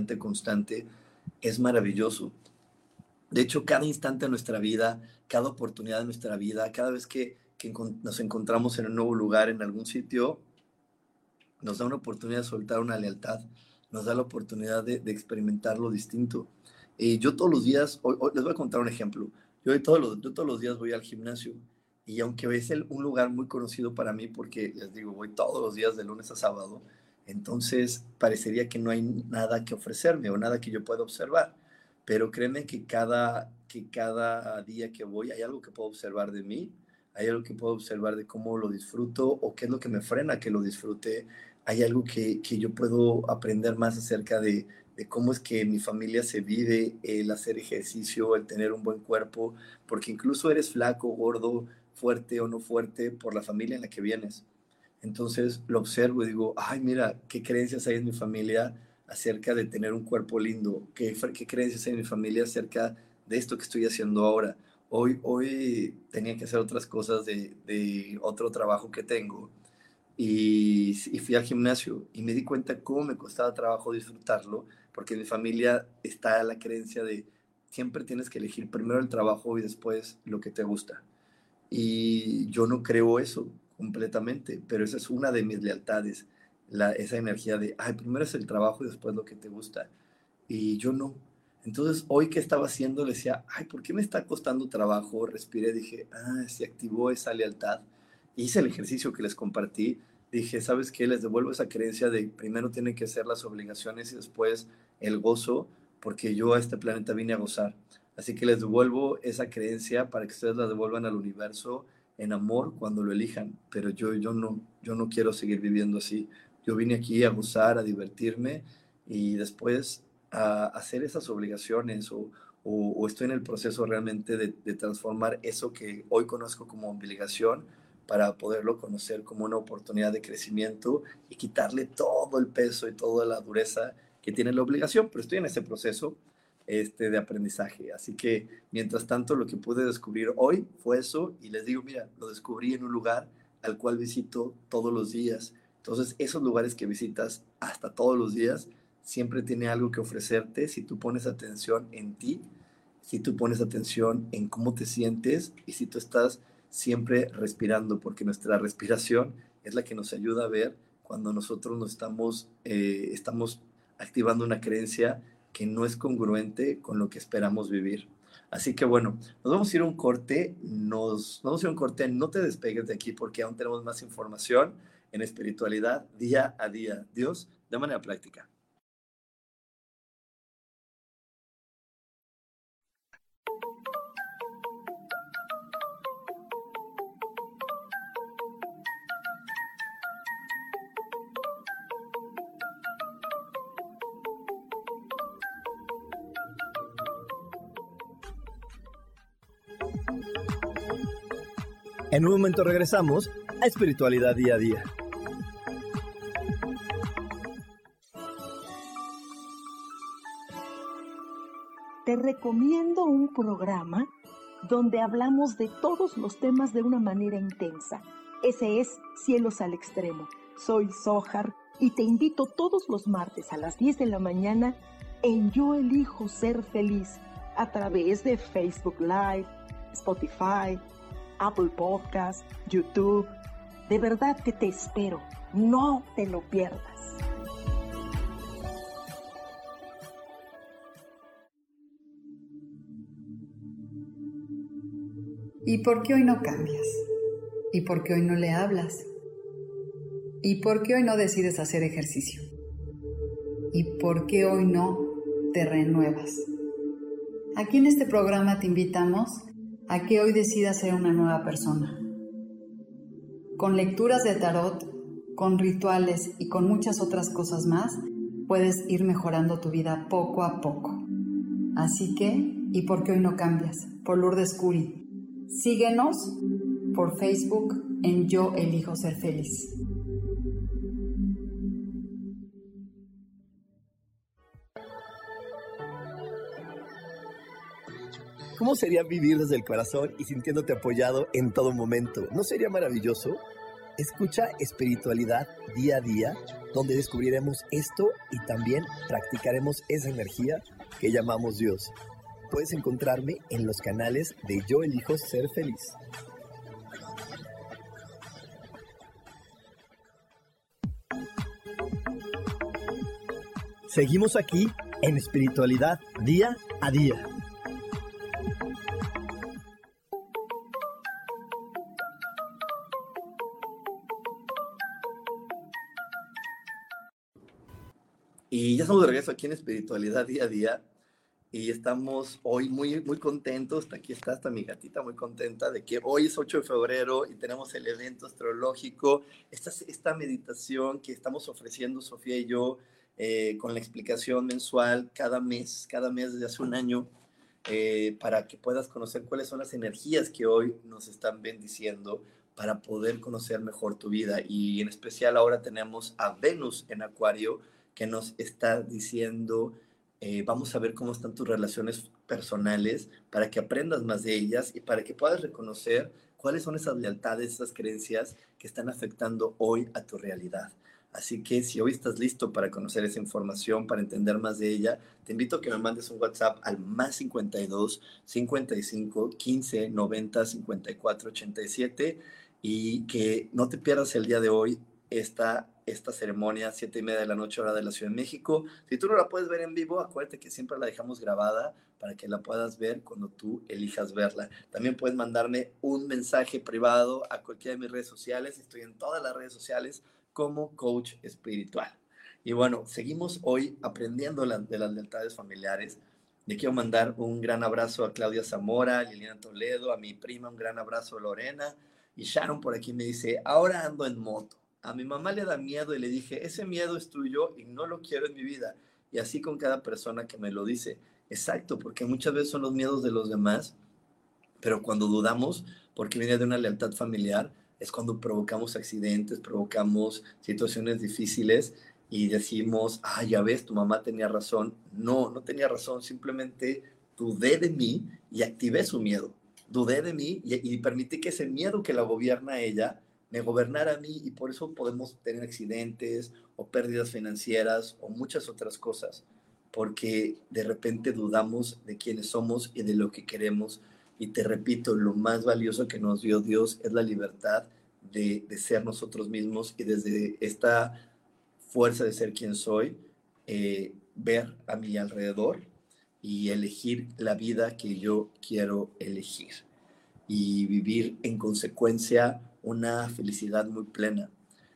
es maravilloso. De hecho, cada instante de nuestra vida, cada oportunidad de nuestra vida, cada vez que nos encontramos en un nuevo lugar, en algún sitio, nos da una oportunidad de soltar una lealtad, nos da la oportunidad de experimentar lo distinto. Yo todos los días, hoy les voy a contar un ejemplo, yo todos los días voy al gimnasio, y aunque es un lugar muy conocido para mí, porque les digo, voy todos los días de lunes a sábado, entonces parecería que no hay nada que ofrecerme o nada que yo pueda observar, pero créeme que cada día que voy hay algo que puedo observar de mí, hay algo que puedo observar de cómo lo disfruto o qué es lo que me frena que lo disfrute, hay algo que yo puedo aprender más acerca de cómo es que mi familia se vive, el hacer ejercicio, el tener un buen cuerpo, porque incluso eres flaco, gordo, fuerte o no fuerte por la familia en la que vienes. Entonces lo observo y digo, ay, mira, qué creencias hay en mi familia acerca de tener un cuerpo lindo, qué creencias hay en mi familia acerca de esto que estoy haciendo ahora. Hoy tenía que hacer otras cosas de otro trabajo que tengo y fui al gimnasio y me di cuenta cómo me costaba trabajo disfrutarlo, porque en mi familia está la creencia de siempre tienes que elegir primero el trabajo y después lo que te gusta. Y yo no creo eso completamente, pero esa es una de mis lealtades, esa energía de, ay, primero es el trabajo y después lo que te gusta. Y yo no. Entonces, hoy que estaba haciendo, le decía, ay, ¿por qué me está costando trabajo? Respiré, dije, se activó esa lealtad. Hice el ejercicio que les compartí. Dije, ¿sabes qué? Les devuelvo esa creencia de primero tienen que ser las obligaciones y después el gozo, porque yo a este planeta vine a gozar. Así que les devuelvo esa creencia para que ustedes la devuelvan al universo en amor cuando lo elijan. Pero yo no quiero seguir viviendo así. Yo vine aquí a gozar, a divertirme y después a hacer esas obligaciones o estoy en el proceso realmente de transformar eso que hoy conozco como obligación para poderlo conocer como una oportunidad de crecimiento y quitarle todo el peso y toda la dureza que tiene la obligación, pero estoy en ese proceso de aprendizaje. Así que, mientras tanto, lo que pude descubrir hoy fue eso y les digo, mira, lo descubrí en un lugar al cual visito todos los días. Entonces, esos lugares que visitas hasta todos los días siempre tiene algo que ofrecerte si tú pones atención en ti, si tú pones atención en cómo te sientes y si tú estás siempre respirando, porque nuestra respiración es la que nos ayuda a ver cuando nosotros nos estamos activando una creencia que no es congruente con lo que esperamos vivir. Así que bueno, nos vamos a ir a un corte, no te despegues de aquí porque aún tenemos más información en espiritualidad día a día. Dios, de manera práctica. En un momento regresamos a Espiritualidad Día a Día. Te recomiendo un programa donde hablamos de todos los temas de una manera intensa. Ese es Cielos al Extremo. Soy Sohar y te invito todos los martes a las 10 de la mañana en Yo Elijo Ser Feliz a través de Facebook Live, Spotify, Apple Podcast, YouTube. De verdad que te espero. No te lo pierdas. ¿Y por qué hoy no cambias? ¿Y por qué hoy no le hablas? ¿Y por qué hoy no decides hacer ejercicio? ¿Y por qué hoy no te renuevas? Aquí en este programa te invitamos a que hoy decidas ser una nueva persona. Con lecturas de tarot, con rituales y con muchas otras cosas más, puedes ir mejorando tu vida poco a poco. Así que, ¿y por qué hoy no cambias? Por Lourdes Curi. Síguenos por Facebook en Yo Elijo Ser Feliz. ¿Cómo sería vivir desde el corazón y sintiéndote apoyado en todo momento? ¿No sería maravilloso? Escucha espiritualidad día a día, donde descubriremos esto y también practicaremos esa energía que llamamos Dios. Puedes encontrarme en los canales de Yo Elijo Ser Feliz. Seguimos aquí en espiritualidad día a día. Y ya estamos de regreso aquí en Espiritualidad Día a Día y estamos hoy muy contentos. Aquí está mi gatita muy contenta de que hoy es 8 de febrero y tenemos el evento astrológico, esta meditación que estamos ofreciendo Sofía y yo con la explicación mensual cada mes desde hace un año para que puedas conocer cuáles son las energías que hoy nos están bendiciendo para poder conocer mejor tu vida. Y en especial ahora tenemos a Venus en Acuario, que nos está diciendo, vamos a ver cómo están tus relaciones personales para que aprendas más de ellas y para que puedas reconocer cuáles son esas lealtades, esas creencias que están afectando hoy a tu realidad. Así que si hoy estás listo para conocer esa información, para entender más de ella, te invito a que me mandes un WhatsApp al más 52 55 15 90 54 87 y que no te pierdas el día de hoy esta ceremonia, 7:30 de la noche, hora de la Ciudad de México. Si tú no la puedes ver en vivo, acuérdate que siempre la dejamos grabada para que la puedas ver cuando tú elijas verla. También puedes mandarme un mensaje privado a cualquiera de mis redes sociales. Estoy en todas las redes sociales como coach espiritual. Y bueno, seguimos hoy aprendiendo de las lealtades familiares. Le quiero mandar un gran abrazo a Claudia Zamora, a Liliana Toledo, a mi prima, un gran abrazo a Lorena. Y Sharon por aquí me dice, ahora ando en moto. A mi mamá le da miedo y le dije, ese miedo es tuyo y no lo quiero en mi vida. Y así con cada persona que me lo dice. Exacto, porque muchas veces son los miedos de los demás, pero cuando dudamos, porque viene de una lealtad familiar, es cuando provocamos accidentes, provocamos situaciones difíciles y decimos, ya ves, tu mamá tenía razón. No tenía razón, simplemente dudé de mí y activé su miedo. Dudé de mí y permití que ese miedo que la gobierna a ella me gobernara a mí y por eso podemos tener accidentes o pérdidas financieras o muchas otras cosas, porque de repente dudamos de quiénes somos y de lo que queremos. Y te repito, lo más valioso que nos dio Dios es la libertad de ser nosotros mismos y desde esta fuerza de ser quien soy, ver a mi alrededor y elegir la vida que yo quiero elegir y vivir en consecuencia una felicidad muy plena.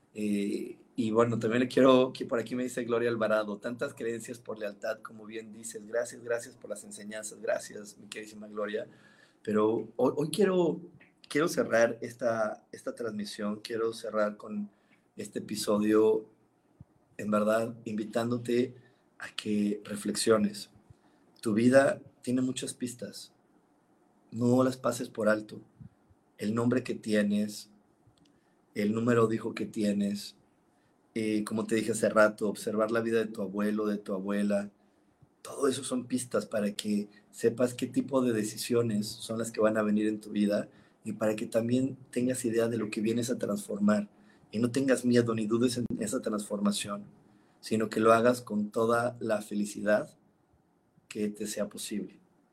Y bueno, también le quiero, que por aquí me dice Gloria Alvarado, tantas creencias por lealtad, como bien dices, gracias por las enseñanzas, gracias, mi queridísima Gloria. Pero hoy quiero cerrar esta transmisión, quiero cerrar con este episodio, en verdad, invitándote a que reflexiones. Tu vida tiene muchas pistas, no las pases por alto. El nombre que tienes, el número de hijo que tienes, como te dije hace rato, observar la vida de tu abuelo, de tu abuela, todo eso son pistas para que sepas qué tipo de decisiones son las que van a venir en tu vida y para que también tengas idea de lo que vienes a transformar y no tengas miedo ni dudes en esa transformación, sino que lo hagas con toda la felicidad que te sea posible.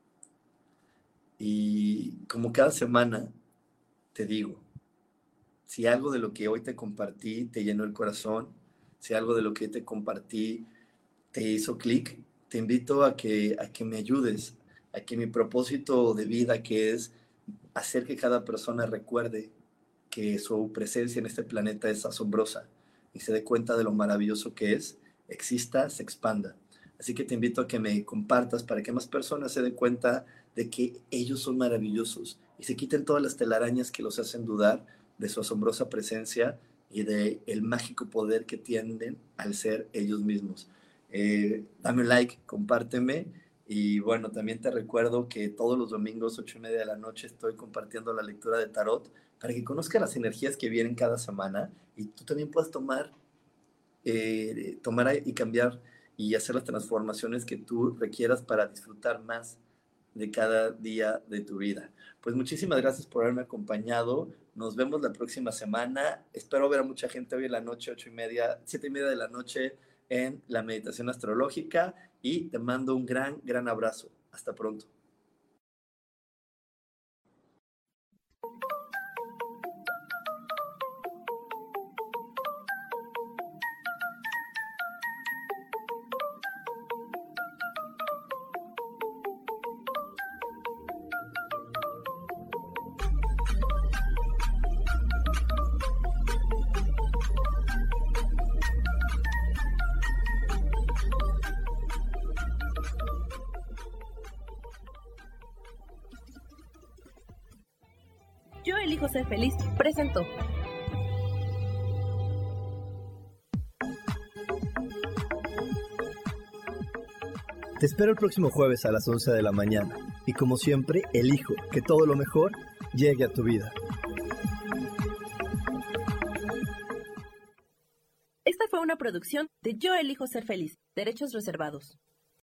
Y como cada semana te digo, si algo de lo que hoy te compartí te llenó el corazón, si algo de lo que te compartí te hizo clic, te invito a que me ayudes, a que mi propósito de vida, que es hacer que cada persona recuerde que su presencia en este planeta es asombrosa y se dé cuenta de lo maravilloso que es, exista, se expanda. Así que te invito a que me compartas para que más personas se den cuenta de que ellos son maravillosos y se quiten todas las telarañas que los hacen dudar de su asombrosa presencia y de el mágico poder que tienen al ser ellos mismos. Dame un like, compárteme, y bueno, también te recuerdo que todos los domingos 8:30 de la noche estoy compartiendo la lectura de tarot para que conozcas las energías que vienen cada semana y tú también puedas tomar y cambiar y hacer las transformaciones que tú requieras para disfrutar más de cada día de tu vida. Pues muchísimas gracias por haberme acompañado. Nos vemos la próxima semana. Espero ver a mucha gente hoy en la noche, 7:30 de la noche, en la meditación astrológica, y te mando un gran, gran abrazo. Hasta pronto. Yo elijo ser feliz presentó. Te espero el próximo jueves a las 11 de la mañana y como siempre, elijo que todo lo mejor llegue a tu vida. Esta fue una producción de Yo elijo ser feliz, derechos reservados.